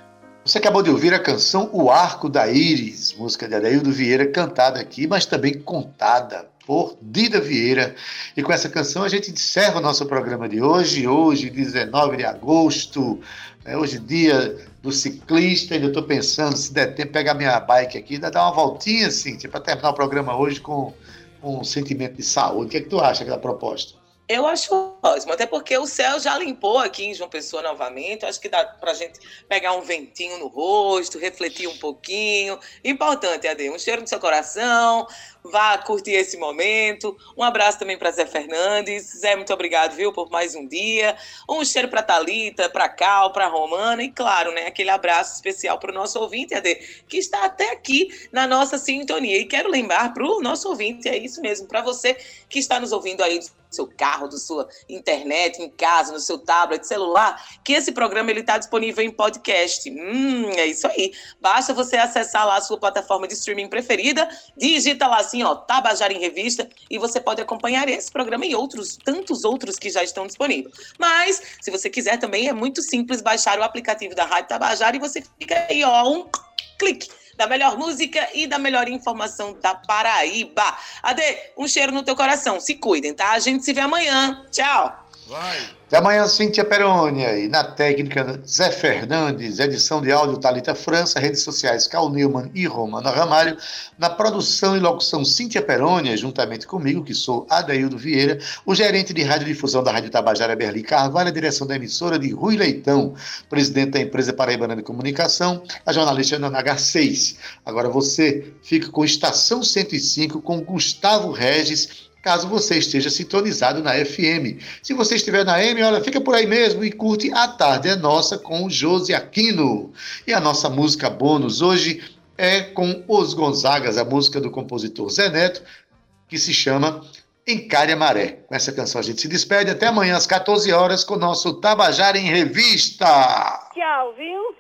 Você acabou de ouvir a canção O Arco da Íris, música de Adeildo Vieira, cantada aqui, mas também contada por Dida Vieira. E com essa canção a gente encerra o nosso programa de hoje, hoje, dezenove de agosto, é hoje dia do ciclista. Ainda estou pensando, se der tempo, pegar minha bike aqui, ainda dar uma voltinha, Cíntia, para terminar o programa hoje com, com um sentimento de saúde. O que é que tu acha daquela proposta? Eu acho ótimo, até porque o céu já limpou aqui em João Pessoa novamente. Acho que dá pra gente pegar um ventinho no rosto, refletir um pouquinho. Importante, Ade, um cheiro no seu coração, vá curtir esse momento. Um abraço também para Zé Fernandes. Zé, muito obrigado, viu, por mais um dia. Um cheiro para Thalita, para Cal, para Romana e, claro, né, aquele abraço especial para o nosso ouvinte, Ade, que está até aqui na nossa sintonia. E quero lembrar para o nosso ouvinte, é isso mesmo, para você que está nos ouvindo aí do seu carro, da sua internet, em casa, no seu tablet, celular, que esse programa ele está disponível em podcast. Hum, é isso aí. Basta você acessar lá a sua plataforma de streaming preferida, digita lá assim, ó, Tabajara em Revista, e você pode acompanhar esse programa e outros, tantos outros que já estão disponíveis. Mas, se você quiser também, é muito simples baixar o aplicativo da Rádio Tabajara e você fica aí, ó, um clique da melhor música e da melhor informação da Paraíba. Ade, um cheiro no teu coração. Se cuidem, tá? A gente se vê amanhã. Tchau. Vai. Até amanhã, Cíntia Perônia. E na técnica, Zé Fernandes. Edição de áudio, Thalita França. Redes sociais, Cal Newman e Romana Ramalho. Na produção e locução, Cíntia Perônia, juntamente comigo, que sou Adeildo Vieira. O gerente de radiodifusão da Rádio Tabajara, Berli Carvalho. A direção da emissora de Rui Leitão. Presidente da empresa Paraibana de Comunicação. A jornalista Ana H seis. Agora você fica com Estação cento e cinco, com Gustavo Regis, caso você esteja sintonizado na F M. Se você estiver na M, olha, fica por aí mesmo e curte A Tarde é Nossa com o Josi Aquino. E a nossa música bônus hoje é com Os Gonzagas, a música do compositor Zé Neto, que se chama Encare a Maré. Com essa canção a gente se despede. Até amanhã às quatorze horas com o nosso Tabajara em Revista. Tchau, viu?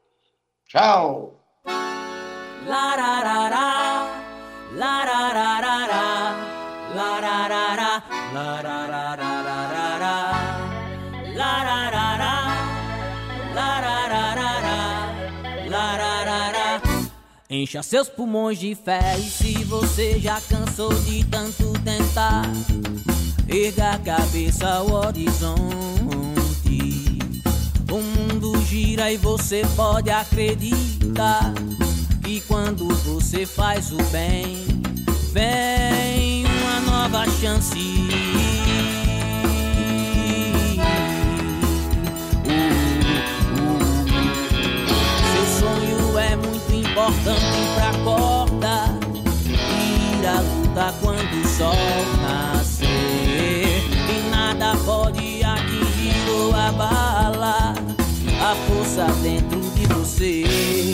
Tchau. Lararará, larararará, lararará, larararará, lararará, larararará, lararará. Encha seus pulmões de fé e se você já cansou de tanto tentar, erga a cabeça ao horizonte. O mundo gira e você pode acreditar que quando você faz o bem, vem uma nova chance. Uh, uh. Seu sonho é muito importante pra acordar, ir à luta quando o sol nascer. E nada pode atingir ou abalar a força dentro de você.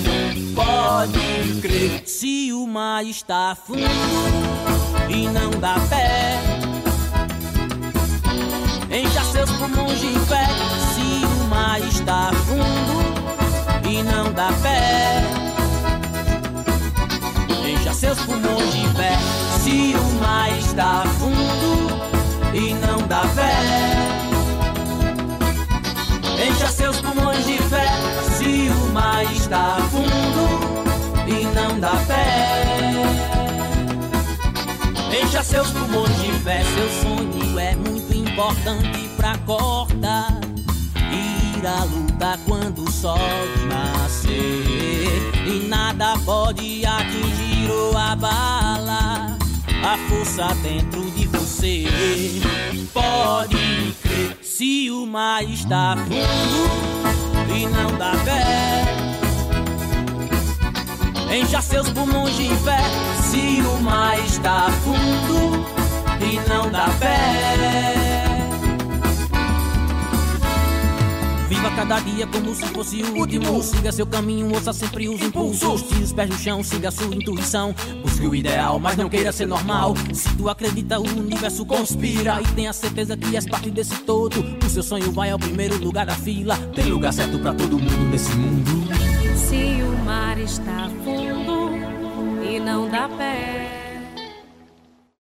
Pode crer, se o mar está fundo e não dá pé, encha seus pulmões de fé. Se o mar está fundo e não dá pé, encha seus pulmões de fé. Se o mar está fundo e não dá pé, encha seus pulmões de fé. Se o mar está fundo e não dá pé, encha seus pulmões de fé. Seu sonho é muito importante pra acordar, ir à luta quando o sol nascer. E nada pode atingir ou abalar a força dentro de você. Pode crer, se o mar está fundo e não dá pé, encha seus pulmões de fé. Se o mar está fundo e não dá pé, viva cada dia como se fosse o último. Siga seu caminho, ouça sempre os impulsos. Tire os pés no chão, siga sua intuição. Busque o ideal, mas não queira ser normal. Se tu acredita, o universo conspira. E tenha certeza que és parte desse todo. O seu sonho vai ao primeiro lugar da fila. Tem lugar certo pra todo mundo nesse mundo. Se o mar está fundo e não dá pé,